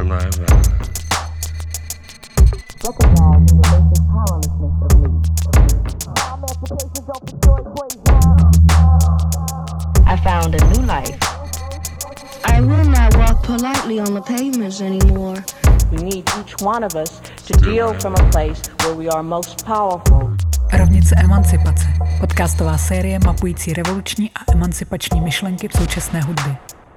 silná Eva. I found a new life. I will not walk politely on the pavements anymore. We need each one of us to deal from a place where we are most powerful. Rovnice emancipace. Podcastová série mapující revoluční a emancipační myšlenky v současné hudbě.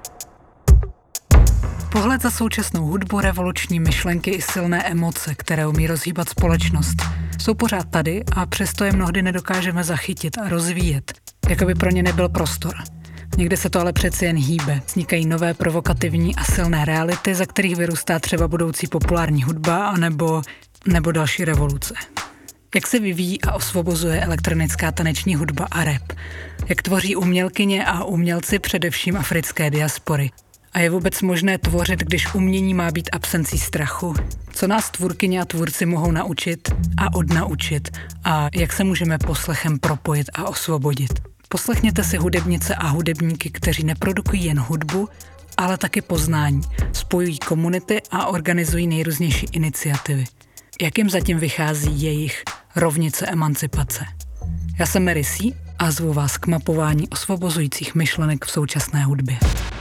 Pohled za současnou hudbu, revoluční myšlenky i silné emoce, které umí rozhýbat společnost, jsou pořád tady a přesto je mnohdy nedokážeme zachytit a rozvíjet, jako by pro ně nebyl prostor. Někde se to ale přeci jen hýbe. Vznikají nové provokativní a silné reality, za kterých vyrůstá třeba budoucí populární hudba nebo další revoluce. Jak se vyvíjí a osvobozuje elektronická taneční hudba a rap? Jak tvoří umělkyně a umělci především africké diaspory? A je vůbec možné tvořit, když umění má být absencí strachu? Co nás tvůrkyně a tvůrci mohou naučit a odnaučit? A jak se můžeme poslechem propojit a osvobodit? Poslechněte si hudebnice a hudebníky, kteří neprodukují jen hudbu, ale taky poznání, spojují komunity a organizují nejrůznější iniciativy. Jak jim zatím vychází jejich rovnice emancipace? Já jsem Mary C. a zvu vás k mapování osvobozujících myšlenek v současné hudbě.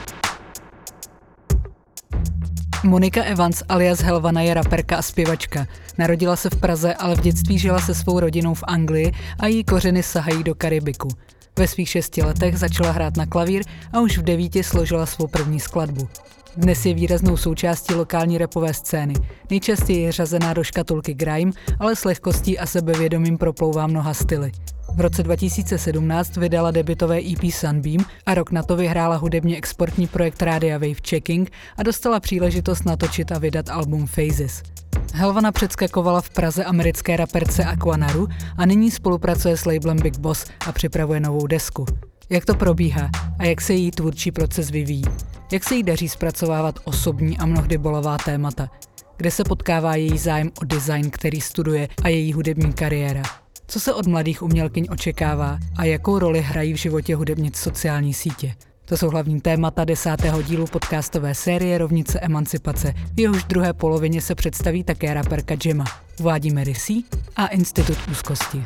Monika Evans alias Helvana je raperka a zpěvačka. Narodila se v Praze, ale v dětství žila se svou rodinou v Anglii a její kořeny sahají do Karibiku. Ve svých 6 letech začala hrát na klavír a už v 9 složila svou první skladbu. Dnes je výraznou součástí lokální rapové scény. Nejčastěji je řazená do škatulky grime, ale s lehkostí a sebevědomím proplouvá mnoha styly. V roce 2017 vydala debutové EP Sunbeam a rok na to vyhrála hudebně exportní projekt Rádia Wave Checking a dostala příležitost natočit a vydat album Phases. Helvana předskakovala v Praze americké raperce Aquanaru a nyní spolupracuje s labelem Big Boss a připravuje novou desku. Jak to probíhá a jak se její tvůrčí proces vyvíjí? Jak se jí daří zpracovávat osobní a mnohdy bolavá témata? Kde se potkává její zájem o design, který studuje, a její hudební kariéra? Co se od mladých umělkyň očekává a jakou roli hrají v životě hudebnic sociální sítě? To jsou hlavní témata 10. dílu podcastové série Rovnice emancipace. V jehož druhé polovině se představí také raperka Gemma. Uvádí Mary C. a Institut úzkosti.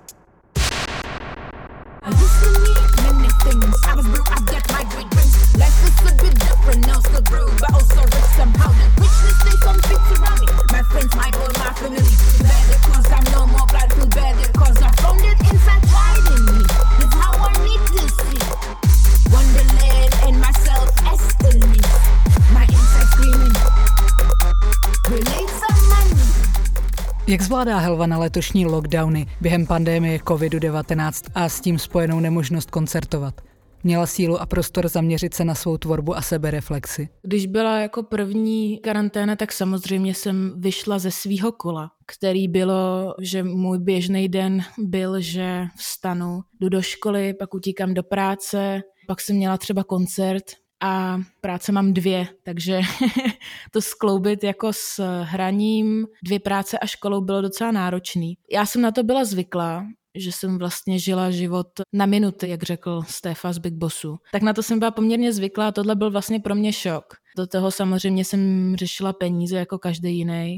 Jak zvládá Helvana letošní lockdowny během pandemie COVID-19 a s tím spojenou nemožnost koncertovat? Měla sílu a prostor zaměřit se na svou tvorbu a sebereflexi? Když byla jako první karanténa, tak samozřejmě jsem vyšla ze svýho kola, který bylo, že můj běžný den byl, že vstanu, jdu do školy, pak utíkám do práce, pak jsem měla třeba koncert a práce mám 2, takže to skloubit jako s hraním, 2 práce a školou bylo docela náročný. Já jsem na to byla zvyklá, že jsem vlastně žila život na minuty, jak řekl Stéfa z Big Bossu. Tak na to jsem byla poměrně zvyklá a tohle byl vlastně pro mě šok. Do toho samozřejmě jsem řešila peníze jako každý jiný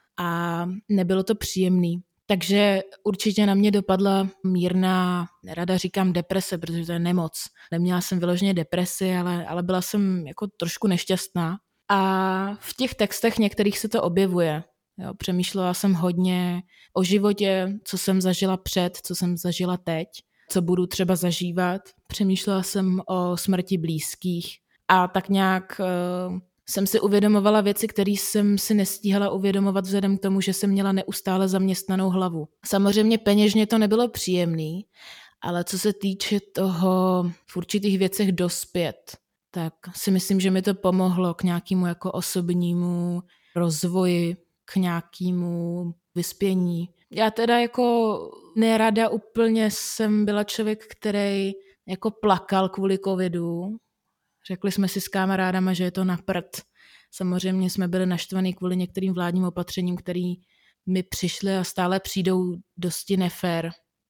a nebylo to příjemný. Takže určitě na mě dopadla mírná, nerada říkám deprese, protože to je nemoc. Neměla jsem vyloženě depresi, ale byla jsem jako trošku nešťastná. A v těch textech některých se to objevuje. Jo, přemýšlela jsem hodně o životě, co jsem zažila před, co jsem zažila teď, co budu třeba zažívat. Přemýšlela jsem o smrti blízkých a tak nějak jsem si uvědomovala věci, které jsem si nestíhala uvědomovat vzhledem k tomu, že jsem měla neustále zaměstnanou hlavu. Samozřejmě peněžně to nebylo příjemný, ale co se týče toho v určitých věcech dospět, tak si myslím, že mi to pomohlo k nějakému jako osobnímu rozvoji, k nějakému vyspění. Já teda jako nerada úplně jsem byla člověk, který jako plakal kvůli covidu. Řekli jsme si s kamarádama, že je to na prd. Samozřejmě jsme byli naštvaní kvůli některým vládním opatřením, který mi přišly a stále přijdou dosti nefér.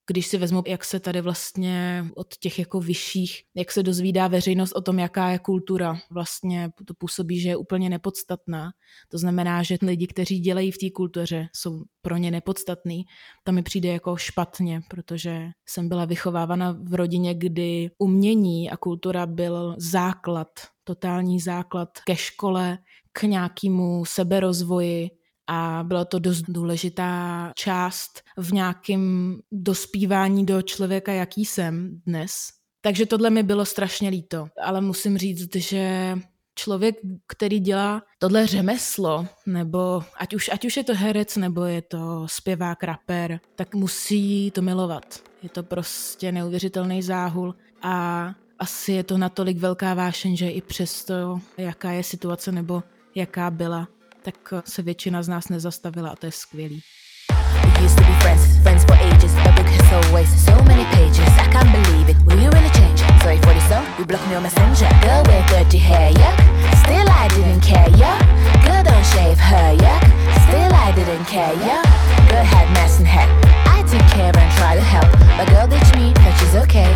když si vezmu, jak se tady vlastně od těch jako vyšších, jak se dozvídá veřejnost o tom, jaká je kultura, vlastně to působí, že je úplně nepodstatná. To znamená, že lidi, kteří dělají v té kultuře, jsou pro ně nepodstatný. To mi přijde jako špatně, protože jsem byla vychovávána v rodině, kdy umění a kultura byl základ, totální základ ke škole, k nějakému seberozvoji, a byla to dost důležitá část v nějakém dospívání do člověka, jaký jsem dnes. Takže tohle mi bylo strašně líto. Ale musím říct, že člověk, který dělá tohle řemeslo, nebo ať už je to herec, nebo je to zpěvák, rapper, tak musí to milovat. Je to prostě neuvěřitelný záhul a asi je to natolik velká vášeň, že i přesto, jaká je situace nebo jaká byla, tak se většina z nás nezastavila a to je skvělý. We used to be friends for ages, but because always so many pages, I can't believe it, will you really change? Sorry for the song, you blocked me on Messenger. Girl with dirty hair, yuck, still I didn't care, yuck. Girl don't shave her, yuck, still I didn't care, yuck. Girl had mess in head, I took care and tried to help, but girl ditched me, but she's okay.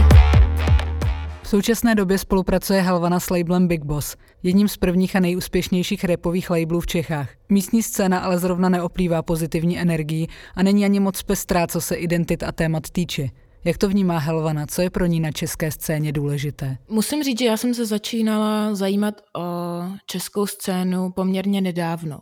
V současné době spolupracuje Helvana s labelem Big Boss, jedním z prvních a nejúspěšnějších rapových labelů v Čechách. Místní scéna ale zrovna neoplývá pozitivní energií a není ani moc pestrá, co se identit a témat týče. Jak to vnímá Helvana? Co je pro ní na české scéně důležité? Musím říct, že já jsem se začínala zajímat o českou scénu poměrně nedávno.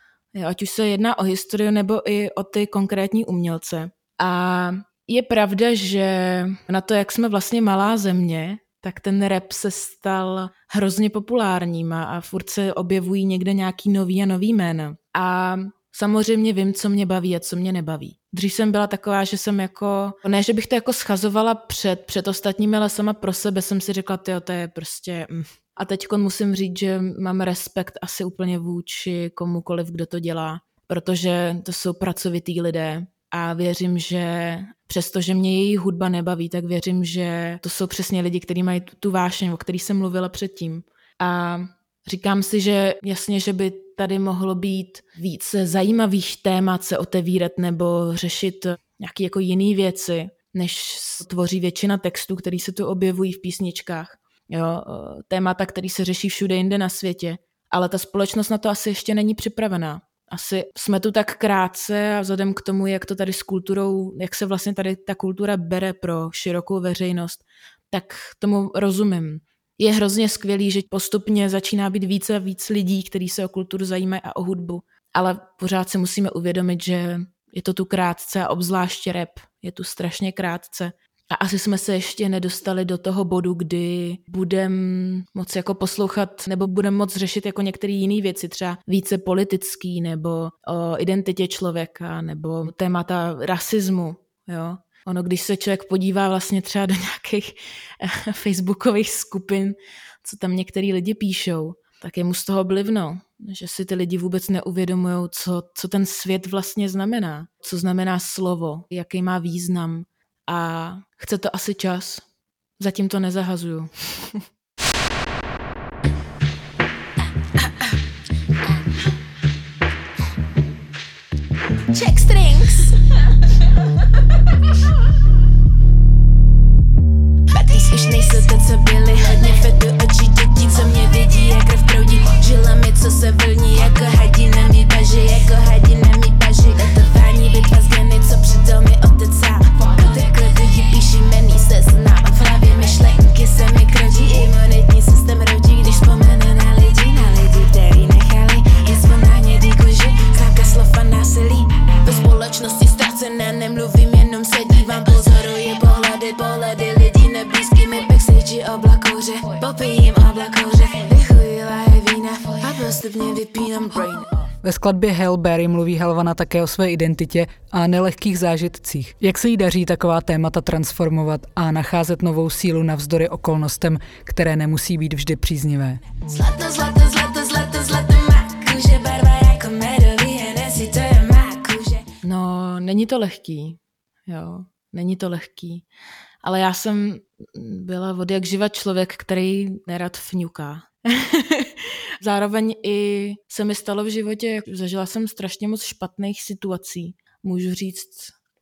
Ať už se jedná o historii nebo i o ty konkrétní umělce. A je pravda, že na to, jak jsme vlastně malá země, tak ten rap se stal hrozně populárním a furt se objevují někde nějaký nový a nový jména. A samozřejmě vím, co mě baví a co mě nebaví. Dřív jsem byla taková, že jsem jako, ne, že bych to jako schazovala před ostatními, ale sama pro sebe jsem si řekla, tyjo, to je prostě... A teďkon musím říct, že mám respekt asi úplně vůči komukoliv, kdo to dělá, protože to jsou pracovitý lidé. A věřím, že přestože mě její hudba nebaví, tak věřím, že to jsou přesně lidi, kteří mají tu vášeň, o který jsem mluvila předtím. A říkám si, že jasně, že by tady mohlo být více zajímavých témat se otevírat nebo řešit nějaké jako jiné věci, než tvoří většina textů, které se tu objevují v písničkách. Jo, témata, které se řeší všude jinde na světě. Ale ta společnost na to asi ještě není připravená. Asi jsme tu tak krátce a vzhledem k tomu, jak to tady s kulturou, jak se vlastně tady ta kultura bere pro širokou veřejnost, tak tomu rozumím. Je hrozně skvělý, že postupně začíná být více a víc lidí, kteří se o kulturu zajímají a o hudbu. Ale pořád si musíme uvědomit, že je to tu krátce a obzvláště rap je tu strašně krátce. A asi jsme se ještě nedostali do toho bodu, kdy budeme moc jako poslouchat nebo budeme moc řešit jako některé jiné věci, třeba více politický nebo o identitě člověka nebo témata rasismu. Jo? Ono, když se člověk podívá vlastně třeba do nějakých facebookových skupin, co tam některý lidi píšou, tak je mu z toho blivno, že si ty lidi vůbec neuvědomují, co ten svět vlastně znamená, co znamená slovo, jaký má význam. A chce to asi čas. Zatím to nezahazuju. Check strings. Pak když už nejsou to, co byli, hodně fetu očí dětí, co mě vidí, jak krev proudí. Žilami, co se vlní, jako hadina mi baži, jako hadina mi baži. Datování bitva z geny, co předal mi otec sám. Lidi píší jmený seznam, v hlavě myšlenky se mi krodí, imunitní systém rodí, když vzpomenu na lidi, který nechali je zvon na hnědý koži, známka slov a násilí. Ve společnosti ztracená, nemluvím, jenom se dívám, pozoruji pohledy lidí neblízký mi backstage oblakouře, popijím oblakouře, vychuji láhe vína a postupně vypínám brain. Ve skladbě Hellberry mluví Helvana také o své identitě a nelehkých zážitcích. Jak se jí daří taková témata transformovat a nacházet novou sílu navzdory okolnostem, které nemusí být vždy příznivé? Zlato, má kůže, barva jako medový Hennessy, to je má kůže. No, není to lehký, jo, není to lehký. Ale já jsem byla od jak živa člověk, který nerad fňuká. Zároveň i se mi stalo v životě, zažila jsem strašně moc špatných situací. Můžu říct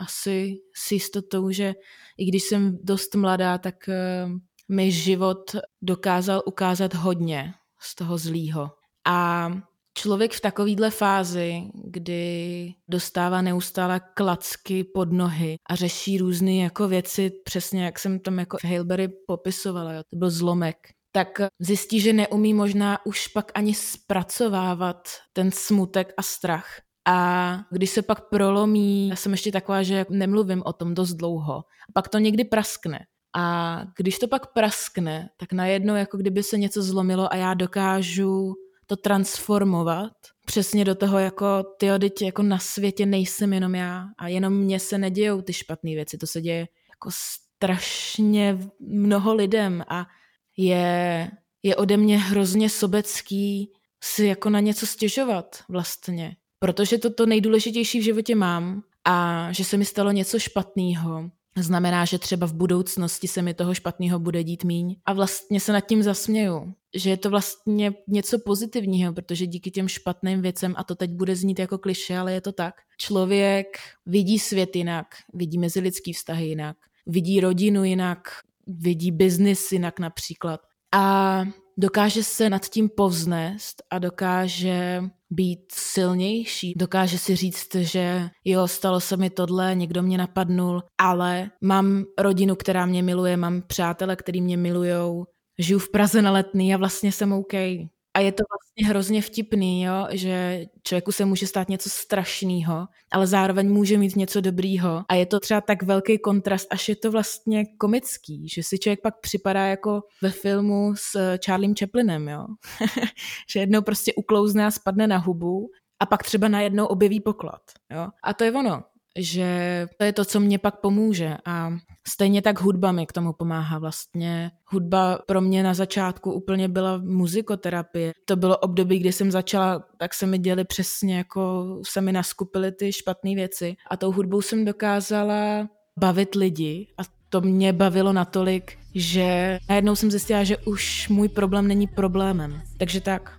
asi s jistotou, že i když jsem dost mladá, tak mi život dokázal ukázat hodně z toho zlýho. A člověk v takovýhle fázi, kdy dostává neustále klacky pod nohy a řeší různé jako věci, přesně jak jsem tam jako v Hailberry popisovala, jo, to byl zlomek, tak zjistí, že neumí možná už pak ani zpracovávat ten smutek a strach. A když se pak prolomí, já jsem ještě taková, že nemluvím o tom dost dlouho, a pak to někdy praskne. A když to pak praskne, tak najednou jako kdyby se něco zlomilo a já dokážu to transformovat přesně do toho jako teď jako na světě nejsem jenom já a jenom mně se nedějou ty špatné věci, to se děje jako strašně mnoho lidem a je ode mě hrozně sobecký si jako na něco stěžovat vlastně, protože to nejdůležitější v životě mám a že se mi stalo něco špatného, znamená, že třeba v budoucnosti se mi toho špatného bude dít míň a vlastně se nad tím zasměju, že je to vlastně něco pozitivního, protože díky těm špatným věcem, a to teď bude znít jako klišé, ale je to tak, člověk vidí svět jinak, vidí mezilidský vztahy jinak, vidí rodinu jinak, vidí biznis jinak například a dokáže se nad tím povznést a dokáže být silnější, dokáže si říct, že jo, stalo se mi tohle, někdo mě napadnul, ale mám rodinu, která mě miluje, mám přátele, který mě milujou, žiju v Praze na Letný a vlastně jsem OK. A je to vlastně hrozně vtipný, jo, že člověku se může stát něco strašného, ale zároveň může mít něco dobrýho. A je to třeba tak velký kontrast, až je to vlastně komický, že si člověk pak připadá jako ve filmu s Charliem Chaplinem, jo. Že jednou prostě uklouzne a spadne na hubu a pak třeba najednou objeví poklad, jo. A to je ono, že to je to, co mě pak pomůže a stejně tak hudba mi k tomu pomáhá vlastně. Hudba pro mě na začátku úplně byla muzikoterapie. To bylo období, kdy jsem začala, tak se mi děly přesně jako se mi naskupily ty špatné věci a tou hudbou jsem dokázala bavit lidi a to mě bavilo natolik, že najednou jsem zjistila, že už můj problém není problémem. Takže tak.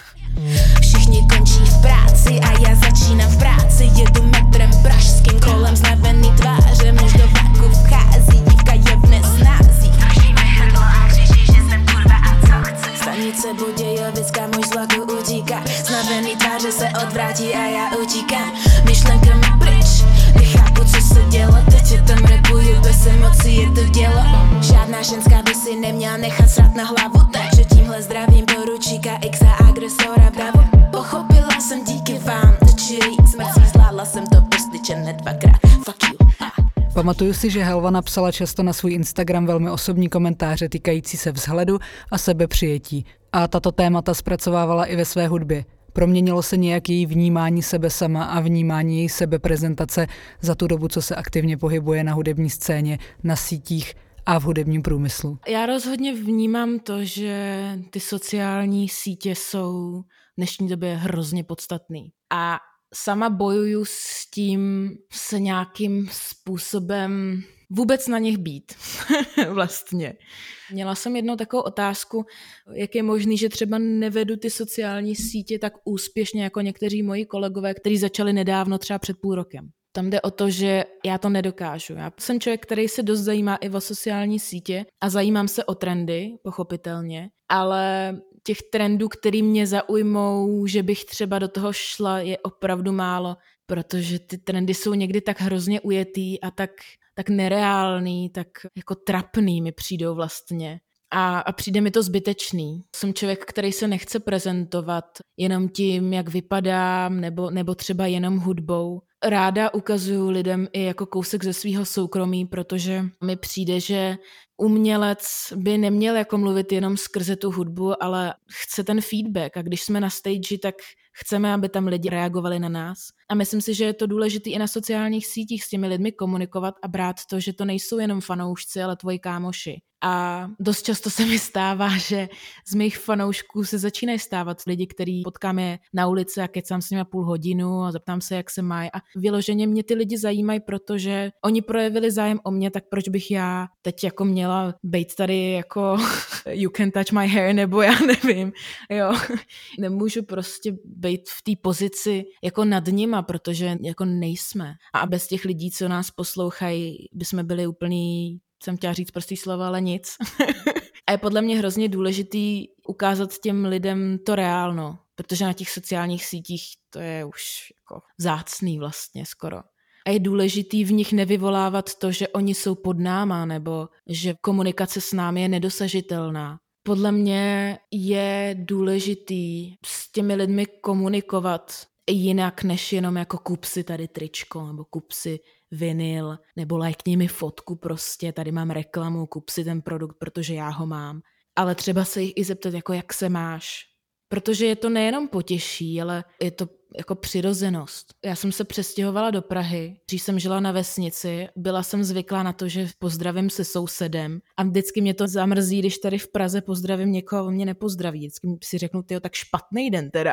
Všichni končí v práci a já začínám v práci. Jedu metrem pražským kolem znavený tváře. Muž do vlaku vchází, dívka je v nesnází. Držíme hrdlo a křičí, že jsem kurva a co chci. Stanice Budějovická, muž z vlaku utíká. Znavený tváře se odvrátí a já utíkám. Myšlenkami pryč, nechápu, co se dělo. Teď je tam repuju, bez emocí je to dělo. Žádná ženská by si neměla nechat srát na hlavu, takže tímhle zdravím poručíka X a agresora bravo. Pochopila jsem díky vám, nečirý smrcí, zvládla jsem to postyčené dvakrát. Fuck you. Pamatuju si, že Helva napsala často na svůj Instagram velmi osobní komentáře týkající se vzhledu a sebepřijetí. A tato témata zpracovávala i ve své hudbě. Proměnilo se nějak její vnímání sebe sama a vnímání její sebeprezentace za tu dobu, co se aktivně pohybuje na hudební scéně, na sítích a v hudebním průmyslu? Já rozhodně vnímám to, že ty sociální sítě jsou v dnešní době hrozně podstatný. A sama bojuju s tím se nějakým způsobem vůbec na nich být. Vlastně. Měla jsem jednou takovou otázku, jak je možný, že třeba nevedu ty sociální sítě tak úspěšně jako někteří moji kolegové, kteří začali nedávno, třeba před půl rokem. Tam jde o to, že já to nedokážu. Já jsem člověk, který se dost zajímá i o sociální sítě a zajímám se o trendy, pochopitelně, ale těch trendů, který mě zaujmou, že bych třeba do toho šla, je opravdu málo, protože ty trendy jsou někdy tak hrozně ujetý a tak nereálný, tak jako trapný mi přijdou vlastně. A přijde mi to zbytečný. Jsem člověk, který se nechce prezentovat jenom tím, jak vypadám, nebo třeba jenom hudbou. Ráda ukazuju lidem i jako kousek ze svého soukromí, protože mi přijde, že umělec by neměl jako mluvit jenom skrze tu hudbu, ale chce ten feedback a když jsme na stage, tak chceme, aby tam lidi reagovali na nás. A myslím si, že je to důležité i na sociálních sítích s těmi lidmi komunikovat a brát to, že to nejsou jenom fanoušci, ale tvoji kámoši. A dost často se mi stává, že z mých fanoušků se začínají stávat lidi, který potkám je na ulici a kecám s nimi půl hodinu a zeptám se, jak se mají. A vyloženě mě ty lidi zajímají, protože oni projevili zájem o mě, tak proč bych já teď jako měla měla být tady jako you can touch my hair, nebo já nevím, jo. Nemůžu prostě být v té pozici jako nad nima, protože jako nejsme. A bez těch lidí, co nás poslouchají, bychom byli úplný, jsem chtěla říct prostý slova, ale nic. A je podle mě hrozně důležitý ukázat těm lidem to reálno, protože na těch sociálních sítích to je už jako vzácný vlastně skoro. A je důležitý v nich nevyvolávat to, že oni jsou pod náma, nebo že komunikace s námi je nedosažitelná. Podle mě je důležitý s těmi lidmi komunikovat jinak, než jenom jako kup si tady tričko, nebo kup si vinyl, nebo lajkni mi fotku prostě, tady mám reklamu, kup si ten produkt, protože já ho mám. Ale třeba se jich i zeptat, jako jak se máš. Protože je to nejenom potěší, ale je to jako přirozenost. Já jsem se přestěhovala do Prahy, když jsem žila na vesnici, byla jsem zvyklá na to, že pozdravím se sousedem a vždycky mě to zamrzí, když tady v Praze pozdravím někoho, on mě nepozdraví. Vždycky si řeknu, tyjo, tak špatný den teda.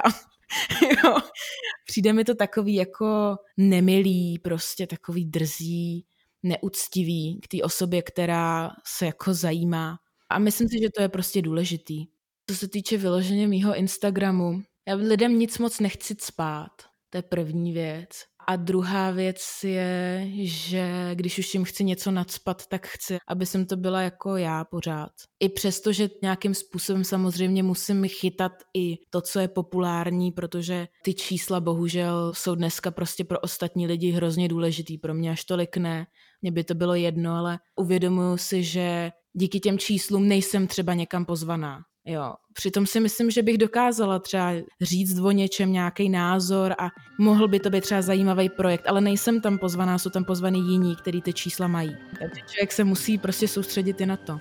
Jo. Přijde mi to takový jako nemilý, prostě takový drzý, neúctivý k té osobě, která se jako zajímá. A myslím si, že to je prostě důležitý. Co se týče vyloženě mýho Instagramu, já lidem nic moc nechci cpát. To je první věc. A druhá věc je, že když už jim chci něco nacpat, tak chci, aby jsem to byla jako já pořád. I přesto, že nějakým způsobem samozřejmě musím chytat i to, co je populární, protože ty čísla bohužel jsou dneska prostě pro ostatní lidi hrozně důležitý. Pro mě až tolik ne. Mně by to bylo jedno, ale uvědomuji si, že díky těm číslům nejsem třeba někam pozvaná. Jo, přitom si myslím, že bych dokázala třeba říct o něčem nějaký názor a mohl by to být třeba zajímavý projekt, ale nejsem tam pozvaná, jsou tam pozvaný jiní, který ty čísla mají. Takže člověk se musí prostě soustředit i na to.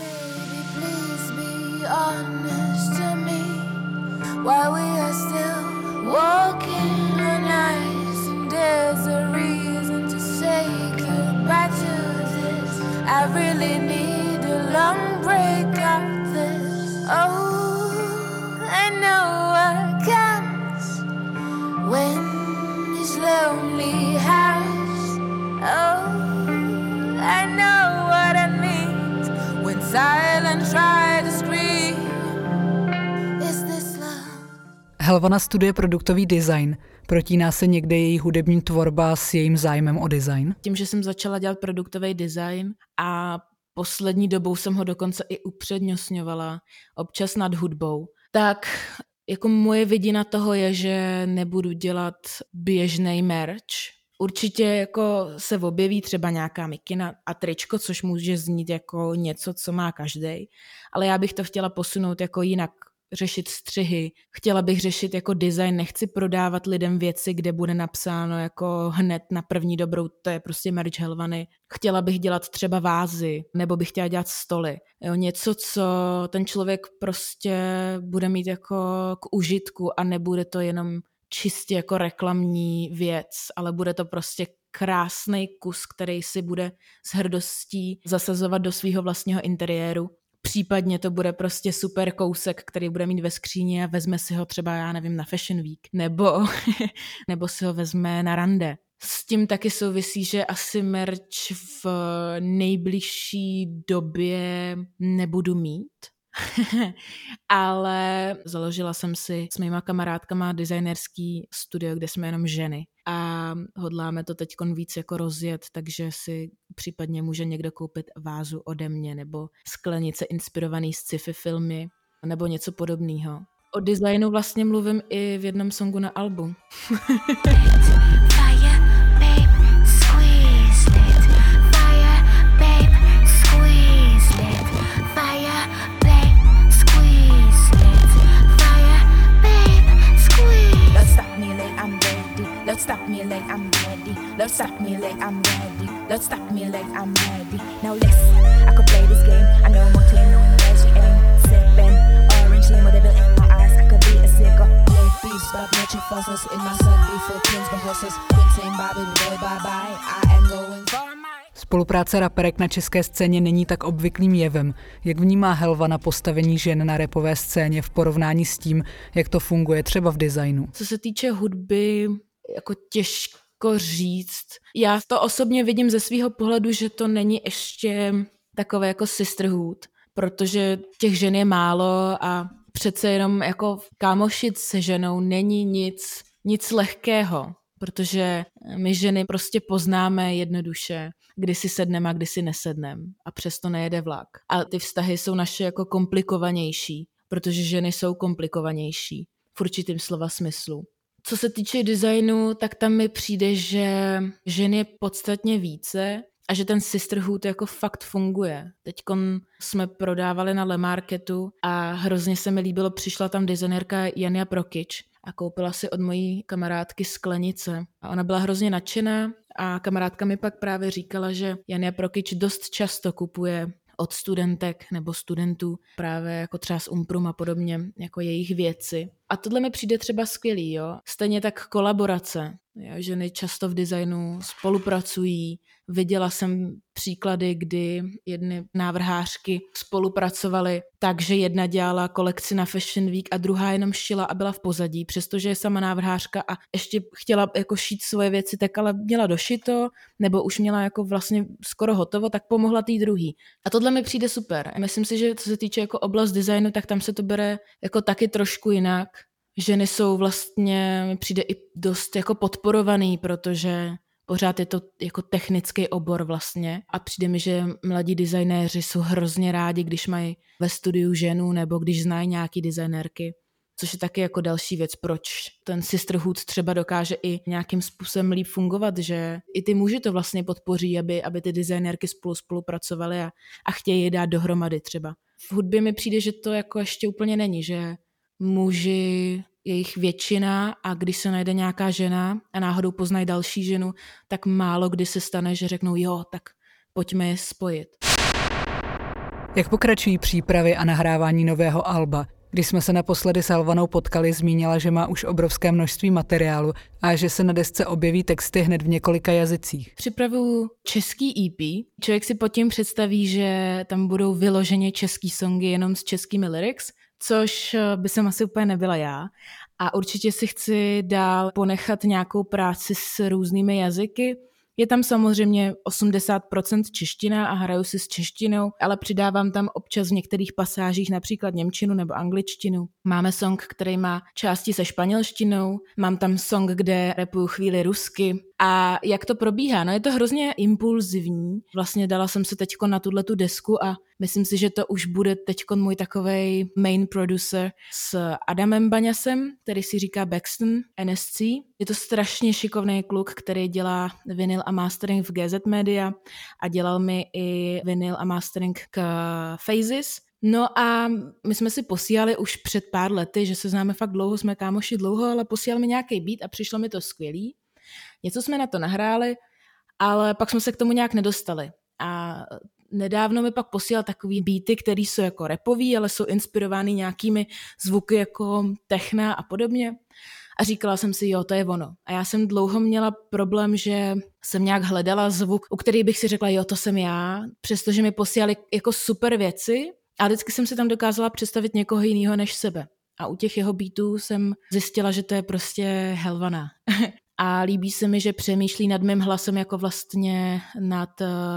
Oh, I know what comes when this lonely house. Oh, I know what I need when silence try to scream. Is this love? Helvana studuje produktový design. Protíná se někde její hudební tvorba s jejím zájmem o design? Tím, že jsem začala dělat produktový design a poslední dobou jsem ho dokonce i upřednostňovala, občas nad hudbou, tak jako moje vidina toho je, že nebudu dělat běžný merch. Určitě jako se objeví třeba nějaká mikina a tričko, což může znít jako něco, co má každej, ale já bych to chtěla posunout jako jinak, řešit střihy. Chtěla bych řešit jako design, nechci prodávat lidem věci, kde bude napsáno jako hned na první dobrou, to je prostě merch Helvany. Chtěla bych dělat třeba vázy, nebo bych chtěla dělat stoly. Jo, něco, co ten člověk prostě bude mít jako k užitku a nebude to jenom čistě jako reklamní věc, ale bude to prostě krásný kus, který si bude s hrdostí zasazovat do svého vlastního interiéru. Případně to bude prostě super kousek, který bude mít ve skříni a vezme si ho třeba, já nevím, na Fashion Week. Nebo si ho vezme na rande. S tím taky souvisí, že asi merch v nejbližší době nebudu mít. Ale založila jsem si s mýma kamarádkama designerský studio, kde jsme jenom ženy. A hodláme to teď víc jako rozjet, takže si případně může někdo koupit vázu ode mě nebo sklenice inspirovaný z sci-fi filmy nebo něco podobného. O designu vlastně mluvím i v jednom songu na albu. Let's stop me like I'm ready. Let's stop me like I'm ready. Let's stop me like I'm ready. Now listen, I could play this game. I know more clean on where's your aim. Sipping orange limo, devil in my eyes. I could be a sicko. Play beef, stop natural forces in my sun. Before pins, but horses. Quintain, Bobby, boy, bye bye. I am going for my. Spolupráce raperek na české scéně není tak obvyklým jevem. Jak vnímá Helvana postavení žen na rapové scéně v porovnání s tím, jak to funguje třeba v designu? Co se týče hudby, jako těžko říct. Já to osobně vidím ze svého pohledu, že to není ještě takové jako sisterhood, protože těch žen je málo a přece jenom jako kámošit se ženou není nic lehkého, protože my ženy prostě poznáme jednoduše, kdy si sedneme a kdy si nesedneme a přesto nejede vlak. A ty vztahy jsou naše jako komplikovanější, protože ženy jsou komplikovanější v určitým slova smyslu. Co se týče designu, tak tam mi přijde, že žen je podstatně více a že ten sisterhood jako fakt funguje. Teďkon jsme prodávali na Le Marketu a hrozně se mi líbilo, přišla tam designérka Jana Prokič a koupila si od mojí kamarádky sklenice. A ona byla hrozně nadšená a kamarádka mi pak právě říkala, že Jana Prokič dost často kupuje od studentek nebo studentů právě jako třeba z Umprum a podobně, jako jejich věci. A tohle mi přijde třeba skvělý, jo. Stejně tak kolaborace. Jo? Ženy často v designu spolupracují. Viděla jsem příklady, kdy jedny návrhářky spolupracovaly tak, že jedna dělala kolekci na Fashion Week a druhá jenom šila a byla v pozadí, přestože je sama návrhářka a ještě chtěla jako šít svoje věci, tak ale měla došito, nebo už měla jako vlastně skoro hotovo, tak pomohla tý druhý. A tohle mi přijde super. Myslím si, že co se týče jako oblast designu, tak tam se to bere jako taky trošku jinak. Ženy jsou vlastně, mi přijde i dost jako podporovaný, protože pořád je to jako technický obor vlastně a přijde mi, že mladí designéři jsou hrozně rádi, když mají ve studiu ženu nebo když znají nějaký designérky, což je taky jako další věc, proč ten sisterhood třeba dokáže i nějakým způsobem líp fungovat, že i ty muži to vlastně podpoří, aby ty designérky spolupracovaly a chtějí je dát dohromady třeba. V hudbě mi přijde, že to jako ještě úplně není, že muži je jich většina a když se najde nějaká žena a náhodou poznají další ženu, tak málo kdy se stane, že řeknou jo, tak pojďme je spojit. Jak pokračují přípravy a nahrávání nového alba? Když jsme se naposledy s Helvanou potkali, zmínila, že má už obrovské množství materiálu a že se na desce objeví texty hned v několika jazycích. Připravuju český EP. Člověk si pod tím představí, že tam budou vyloženě český songy jenom s českými lyrics, což by jsem asi úplně nebyla já. A určitě si chci dál ponechat práci s různými jazyky. Je tam samozřejmě 80% čeština a hraju si s češtinou, ale přidávám tam občas v některých pasážích například němčinu nebo angličtinu. Máme song, který má části se španělštinou, mám tam song, kde rapuju chvíli rusky. A jak to probíhá? No je to hrozně impulzivní. Vlastně dala jsem se teďko na tuhletu desku a myslím si, že to už bude teďko můj takovej main producer s Adamem Baňasem, který si říká Baxton NSC. Je to strašně šikovný kluk, který dělá vinyl a mastering v GZ Media a dělal mi i vinyl a mastering k Phases. No a my jsme si posílali už před pár lety, že se známe fakt dlouho, jsme kámoši dlouho, ale posílal mi nějaký beat a přišlo mi to skvělý. Něco jsme na to nahráli, ale pak jsme se k tomu nějak nedostali. A nedávno mi pak posílal takový beaty, který jsou jako rapový, ale jsou inspirovány nějakými zvuky jako techna a podobně. A říkala jsem si, jo, to je ono. A já jsem dlouho měla problém, že jsem nějak hledala zvuk, u který bych si řekla, jo, to jsem já, přestože mi posílali jako super věci, a vždycky jsem si tam dokázala představit někoho jiného než sebe. A u těch jeho beatů jsem zjistila, že to je prostě Helvana. A líbí se mi, že přemýšlí nad mým hlasem jako vlastně nad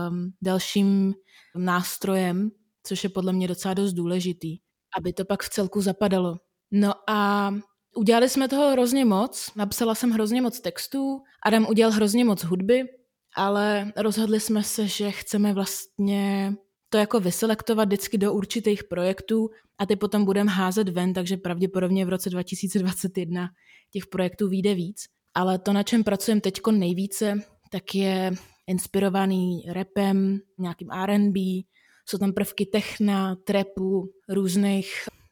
dalším nástrojem, což je podle mě docela dost důležitý, aby to pak v celku zapadalo. No a udělali jsme toho hrozně moc, napsala jsem hrozně moc textů, Adam udělal hrozně moc hudby, ale rozhodli jsme se, že chceme vlastně to jako vyselektovat vždycky do určitých projektů a ty potom budeme házet ven, takže pravděpodobně v roce 2021 těch projektů vyjde víc. Ale to, na čem pracujeme teďko nejvíce, tak je inspirovaný rapem, nějakým R&B, jsou tam prvky techna, trapu, různých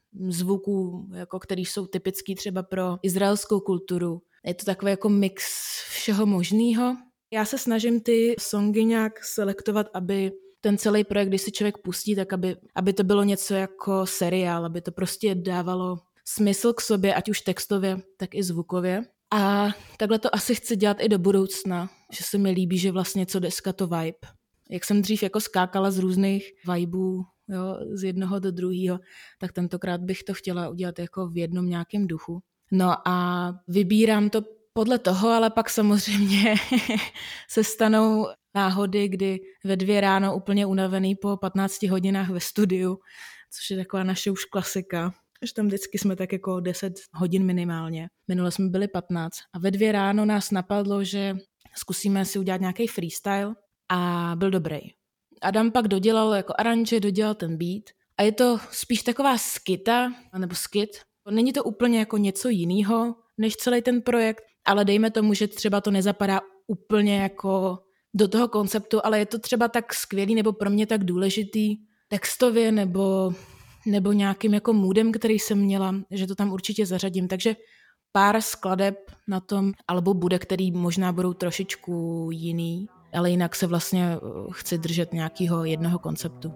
zvuků, jako který jsou typický třeba pro izraelskou kulturu. Je to takový jako mix všeho možného. Já se snažím ty songy nějak selektovat, aby ten celý projekt, když si člověk pustí, tak aby to bylo něco jako seriál, aby to prostě dávalo smysl k sobě, ať už textově, tak i zvukově. A takhle to asi chci dělat i do budoucna, že se mi líbí, že vlastně co deska to vibe. Jak jsem dřív jako skákala z různých vibů, jo, z jednoho do druhého, tak tentokrát bych to chtěla udělat jako v jednom nějakém duchu. No a vybírám to podle toho, ale pak samozřejmě se stanou náhody, kdy ve 2 ráno úplně unavený po 15 hodinách ve studiu, což je taková naše už klasika, že tam vždycky jsme tak jako 10 hodin minimálně. Minule jsme byli 15 a ve 2 ráno nás napadlo, že zkusíme si udělat nějaký freestyle a byl dobrý. Adam pak dodělal jako aranže, dodělal ten beat a je to spíš taková skita, nebo skit. Není to úplně jako něco jiného než celý ten projekt, ale dejme tomu, že třeba to nezapadá úplně jako do toho konceptu, ale je to třeba tak skvělý nebo pro mě tak důležitý textově nebo nějakým jako moodem, který jsem měla, že to tam určitě zařadím. Takže pár skladeb na tom albu bude, který možná budou trošičku jiný, ale jinak se vlastně chci držet nějakého jednoho konceptu.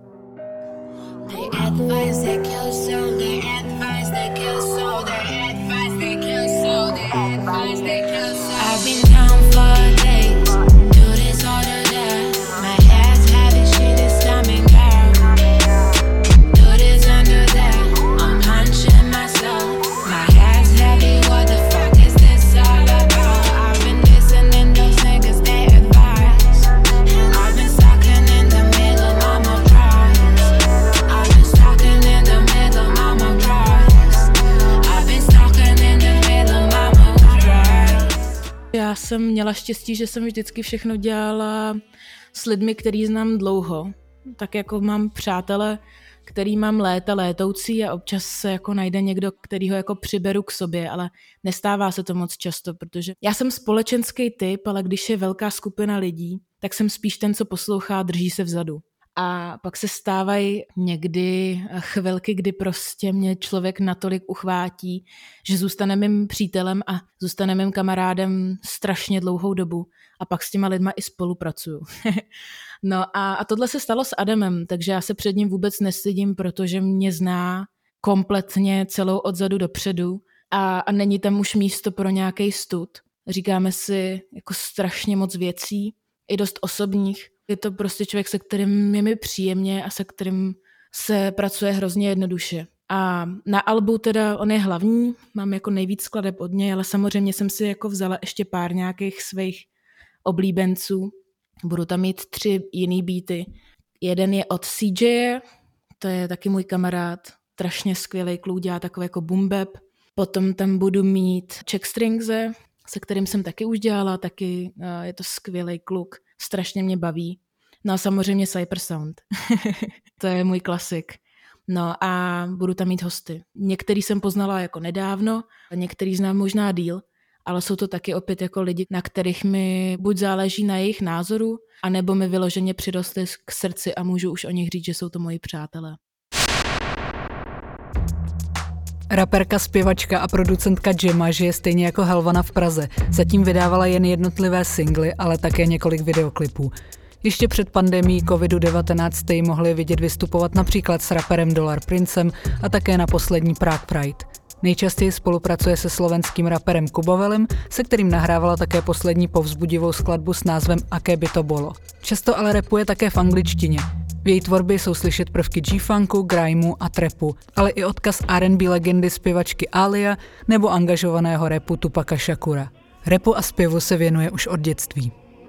Já jsem měla štěstí, že jsem vždycky všechno dělala s lidmi, který znám dlouho. Tak jako mám přátele, který mám létoucí a občas se jako najde někdo, který ho jako přiberu k sobě, ale nestává se to moc často, protože já jsem společenský typ, ale když je velká skupina lidí, tak jsem spíš ten, co poslouchá, drží se vzadu. A pak se stávají někdy chvilky, kdy prostě mě člověk natolik uchvátí, že zůstane mým přítelem a zůstane mým kamarádem strašně dlouhou dobu. A pak s těma lidma i spolupracuju. No a tohle se stalo s Adamem, takže já se před ním vůbec nestydím, protože mě zná kompletně celou odzadu dopředu a není tam už místo pro nějaký stud. Říkáme si jako strašně moc věcí, i dost osobních. Je to prostě člověk, se kterým je mi příjemně a se kterým se pracuje hrozně jednoduše. A na albu teda on je hlavní, mám jako nejvíc skladeb od něj, ale samozřejmě jsem si jako vzala ještě pár nějakých svých oblíbenců. Budu tam mít 3 jiný beaty. Jeden je od CJ, to je taky můj kamarád, strašně skvělý kluk, dělá takový jako boom bap. Potom tam budu mít Checkstringse, se kterým jsem taky už dělala, taky je to skvělý kluk, strašně mě baví. No a samozřejmě Cypersound, to je můj klasik. No a budu tam mít hosty. Některý jsem poznala jako nedávno, a některý znám možná díl, ale jsou to taky opět jako lidi, na kterých mi buď záleží na jejich názoru, anebo mi vyloženě přirostli k srdci a můžu už o nich říct, že jsou to moji přátelé. Raperka, zpěvačka a producentka Gemma žije stejně jako Helvana v Praze. Zatím vydávala jen jednotlivé singly, ale také několik videoklipů. Ještě před pandemií COVID-19 jste ji mohli vidět vystupovat například s raperem Dollar Princem a také na poslední Prague Pride. Nejčastěji spolupracuje se slovenským raperem Kubovelem, se kterým nahrávala také poslední povzbudivou skladbu s názvem Aké by to bolo. Často ale rapuje také v angličtině. V její tvorbě jsou slyšet prvky G-funku, grimeu a trapu, ale i odkaz R&B legendy zpěvačky Alia nebo angažovaného rapu Tupaka Shakura. Rapu a zpěvu se věnuje už od dětství.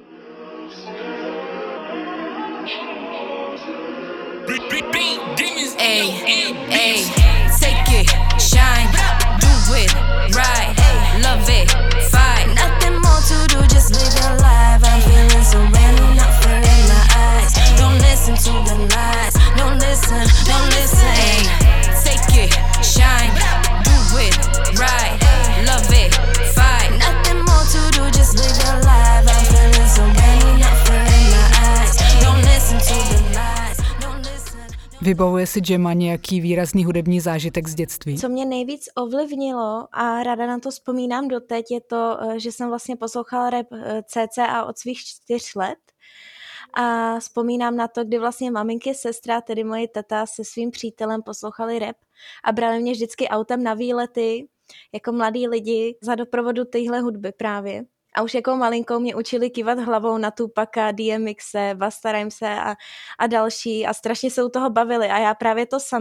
Ay, ay, take it, shine, do it, right, love it, fight. Nothing more to do, just live your life. I'm feeling so brand new, not fair in my eyes. Don't listen to the lies, don't listen, don't listen. Ay, take it, shine, do it, right, love it, fight. Nothing more to do, just live your life. I'm feeling so brand new, not fair in my eyes. Don't listen to the lies. Vybavuje si Gemma nějaký výrazný hudební zážitek z dětství? Co mě nejvíc ovlivnilo a ráda na to vzpomínám doteď, je to, že jsem vlastně poslouchala rap cca od svých 4 let. A vzpomínám na to, kdy vlastně maminky, sestra, tedy moje teta se svým přítelem poslouchali rap a brali mě vždycky autem na výlety jako mladí lidi za doprovodu téhle hudby právě. A už jako malinkou mě učili kývat hlavou na Tupaka, DMXe, Busta Rhymese a další a strašně se u toho bavili a já právě to samý.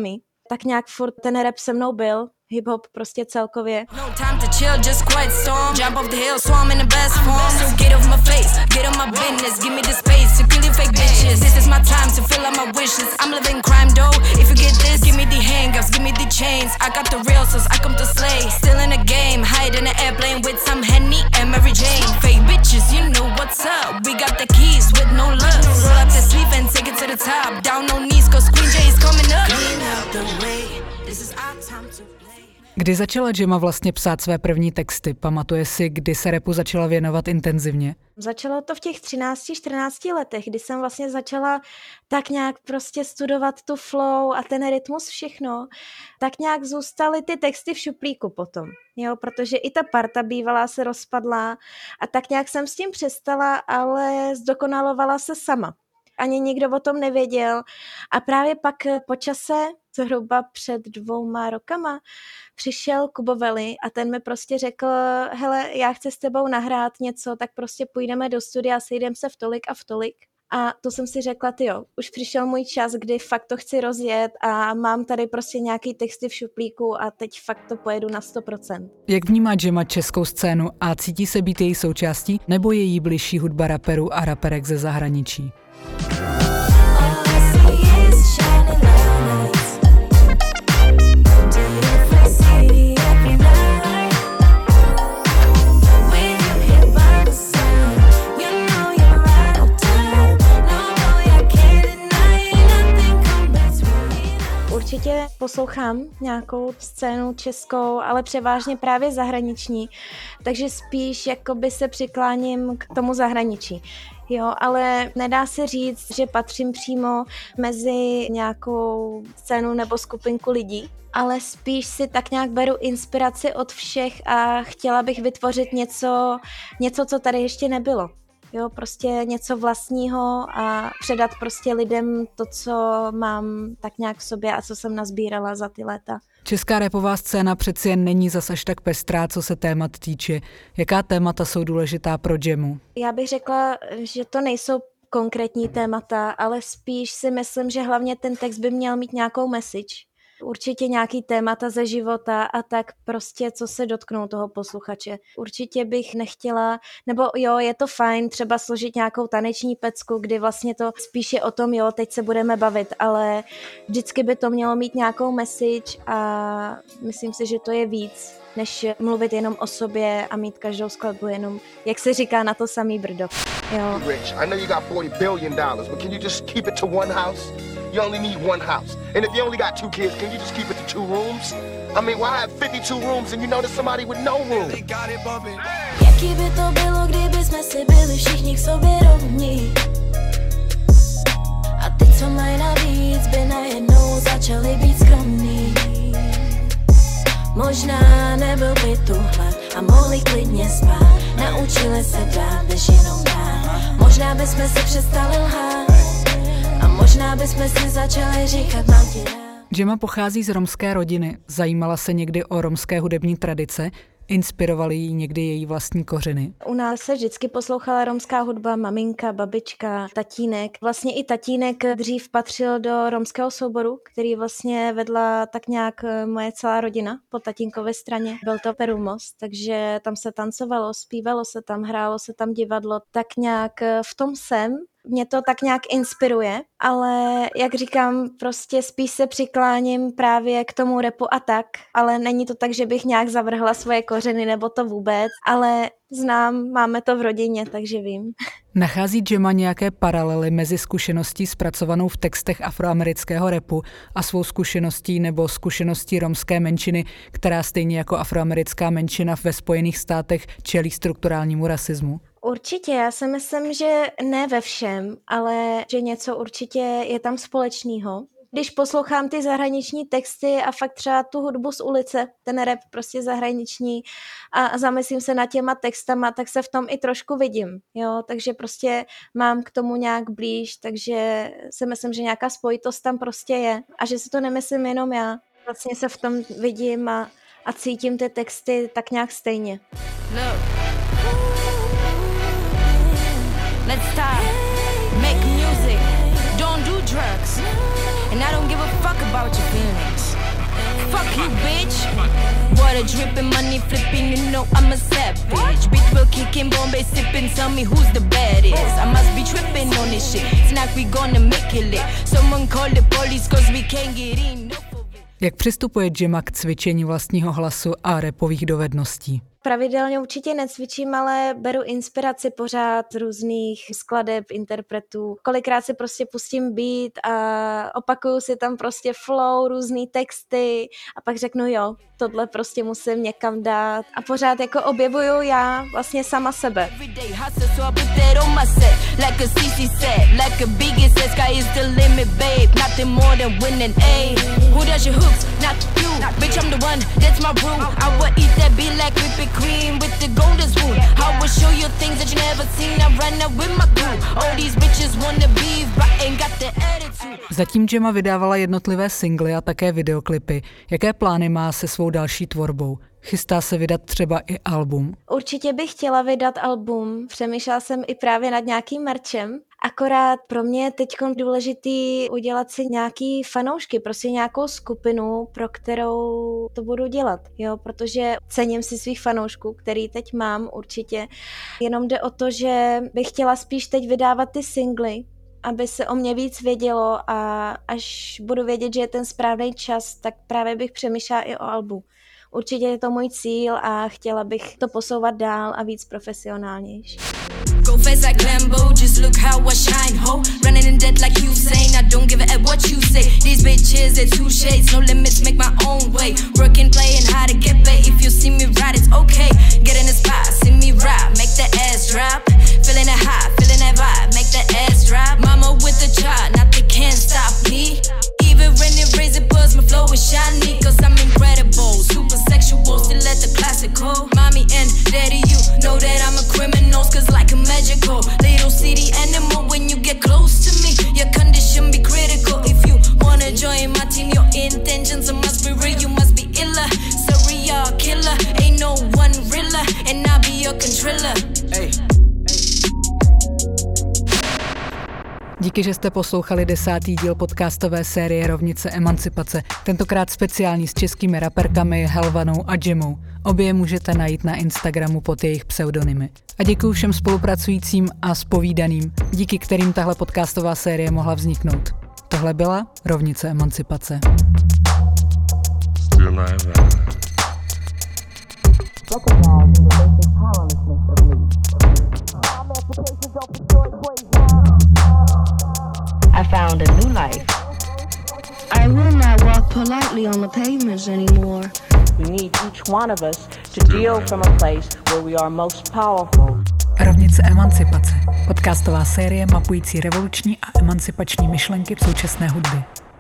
tak nějak furt ten rap se mnou byl, hip-hop prostě celkově. No time to chill, just quiet storm. Jump off the hill, so I'm in the best form. So get off my face, get on my business, give me the space to kill you fake bitches. This is my time to fill out my wishes. I'm living crime though. If you get this, give me the handcuffs, give me the chains. I got the real sauce, I come to slay. Still in the game, hide in an airplane with some Henny and Mary Jane. Fake bitches, you know what's up. We got the keys with no love. Roll up the sleeve and take it to the top. Down on knees, cause Queen J is coming up. Clean out the way. This is our time to play. Kdy začala Gemma vlastně psát své první texty? Pamatuje si, kdy se rapu začala věnovat intenzivně? Začalo to v těch 13-14 letech, kdy jsem vlastně začala tak nějak prostě studovat tu flow a ten rytmus, všechno. Tak nějak zůstaly ty texty v šuplíku potom, jo, protože i ta parta bývalá se rozpadla a tak nějak jsem s tím přestala, ale zdokonalovala se sama. Ani nikdo o tom nevěděl a právě pak po čase, zhruba před 2 rokama, přišel Kubo Veli a ten mi prostě řekl, hele, já chci s tebou nahrát něco, tak prostě půjdeme do studia, sejdeme se v tolik a v tolik. A to jsem si řekla, tyjo, už přišel můj čas, kdy fakt to chci rozjet a mám tady prostě nějaký texty v šuplíku a teď fakt to pojedu na 100%. Jak vnímá Gemma českou scénu a cítí se být její součástí nebo je jí bližší hudba raperů a raperek ze zahraničí? Určitě poslouchám nějakou scénu českou, ale převážně právě zahraniční, takže spíš jakoby se přikláním k tomu zahraničí. Jo, ale nedá se říct, že patřím přímo mezi nějakou scénu nebo skupinku lidí, ale spíš si tak nějak beru inspiraci od všech a chtěla bych vytvořit něco, co tady ještě nebylo. Jo, prostě něco vlastního a předat prostě lidem to, co mám tak nějak v sobě a co jsem nazbírala za ty léta. Česká rapová scéna přeci jen není zas až tak pestrá, co se témat týče. Jaká témata jsou důležitá pro Gemmu? Já bych řekla, že to nejsou konkrétní témata, ale spíš si myslím, že hlavně ten text by měl mít nějakou message. Určitě nějaký témata ze života a tak prostě, co se dotknou toho posluchače. Určitě bych nechtěla, nebo jo, je to fajn třeba složit nějakou taneční pecku, kdy vlastně to spíš je o tom, jo, teď se budeme bavit, ale vždycky by to mělo mít nějakou message a myslím si, že to je víc, než mluvit jenom o sobě a mít každou skladbu jenom, jak se říká, na to samý brdo. Jo. Rich, I know you got $40 billion, but can you just keep it to one house? You only need one house. And if you only got 2 kids, can you just keep it to 2 rooms? I mean, why have 52 rooms and you know there's somebody with no room? Jaký by to bylo, kdyby jsme si byli všichni k sobě rovní? A ty, co mají navíc, by najednou začali být skromný. Možná nebyl by tuhle a mohli klidně spát. Naučili se dát, když jenom dát. Možná bychom si přestali lhát a možná bychom si začali říkat, mám ti rád. Gemma pochází z romské rodiny. Zajímala se někdy o romské hudební tradice? Inspirovaly jí někdy její vlastní kořeny? U nás se vždycky poslouchala romská hudba, maminka, babička, tatínek. Vlastně i tatínek dřív patřil do romského souboru, který vlastně vedla tak nějak moje celá rodina po tatínkově straně. Byl to Perumos, takže tam se tancovalo, zpívalo se tam, hrálo se tam divadlo. Tak nějak v tom jsem. Mě to tak nějak inspiruje, ale jak říkám, prostě spíš se přikláním právě k tomu rapu a tak, ale není to tak, že bych nějak zavrhla svoje kořeny nebo to vůbec, ale znám, máme to v rodině, takže vím. Nachází Gemma nějaké paralely mezi zkušeností zpracovanou v textech afroamerického rapu a svou zkušeností nebo zkušeností romské menšiny, která stejně jako afroamerická menšina ve Spojených státech čelí strukturálnímu rasismu? Určitě, já si myslím, že ne ve všem, ale že něco určitě je tam společného. Když poslouchám ty zahraniční texty a fakt třeba tu hudbu z ulice, ten rap prostě zahraniční a zamyslím se nad těma textama, tak se v tom i trošku vidím, jo, takže prostě mám k tomu nějak blíž, takže si myslím, že nějaká spojitost tam prostě je a že si to nemyslím jenom já. Vlastně se v tom vidím a cítím ty texty tak nějak stejně. Let's start, make music, don't do drugs, and I don't give a fuck about your feelings. fuck you, bitch. Water dripping, money flipping, you know I'm a savage. Bitch will kicking, Bombay sipping, tell me who's the baddest. I must be tripping on this shit, tonight we gonna make it lit. Someone call the police cause we can't get in. Jak přistupuje Gemma k cvičení vlastního hlasu a rapových dovedností? Pravidelně určitě necvičím, ale beru inspiraci pořád z různých skladeb, interpretů. Kolikrát si prostě pustím beat a opakuju si tam prostě flow, různý texty a pak řeknu jo, tohle prostě musím někam dát a pořád jako objevuju já vlastně sama sebe. Cream with the golden spoon. I will show you things that you never seen. I run up with my crew. All these bitches wanna be, but ain't got the attitude. Zatím Gemma vydávala jednotlivé singly a také videoklipy. Jaké plány má se svou další tvorbou? Chystá se vydat třeba i album? Určitě bych chtěla vydat album. Přemýšlela jsem i právě nad nějakým merčem. Akorát pro mě je teď důležitý udělat si nějaký fanoušky, prostě nějakou skupinu, pro kterou to budu dělat, jo, protože cením si svých fanoušků, který teď mám určitě. Jenom jde o to, že bych chtěla spíš teď vydávat ty singly, aby se o mě víc vědělo a až budu vědět, že je ten správný čas, tak právě bych přemýšlela i o albu. Určitě je to můj cíl a chtěla bych to posouvat dál a víc profesionálnější. Go fast like Lambo, just look how I shine, ho. Running in debt like Usain, I don't give a f what you say. These bitches, they're two shades, no limits, make my own way. Working, playing hard to get paid. If you see me ride, it's okay. Get in the spot, see me ride, make the ass drop. Feeling it hot, feeling that vibe, make the ass drop. Mama with the child, not they can't stop me. Even when it raise it buzz, my flow is shiny, cause I'm incredible. Super sexual, still at the classical. Mommy and daddy, you know that I'm a criminal, cause like a magical little city animal. When you get close to me, your condition be critical. If you wanna join my team, your intentions must be real. You must be illa, serial killer. Ain't no one realer, and I'll be your controller. Hey. Díky, že jste poslouchali 10. díl podcastové série Rovnice emancipace, tentokrát speciální s českými raperkami Helvanou a Gemmou. Obě je můžete najít na Instagramu pod jejich pseudonymy. A děkuji všem spolupracujícím a zpovídaným, díky kterým tahle podcastová série mohla vzniknout. Tohle byla Rovnice emancipace. I found a new life. I will not walk politely on the pavements anymore. We need each one of us to deal from a place where we are most powerful. Rovnice emancipace. Podcastová série mapující revoluční a emancipační myšlenky v současné hudbě.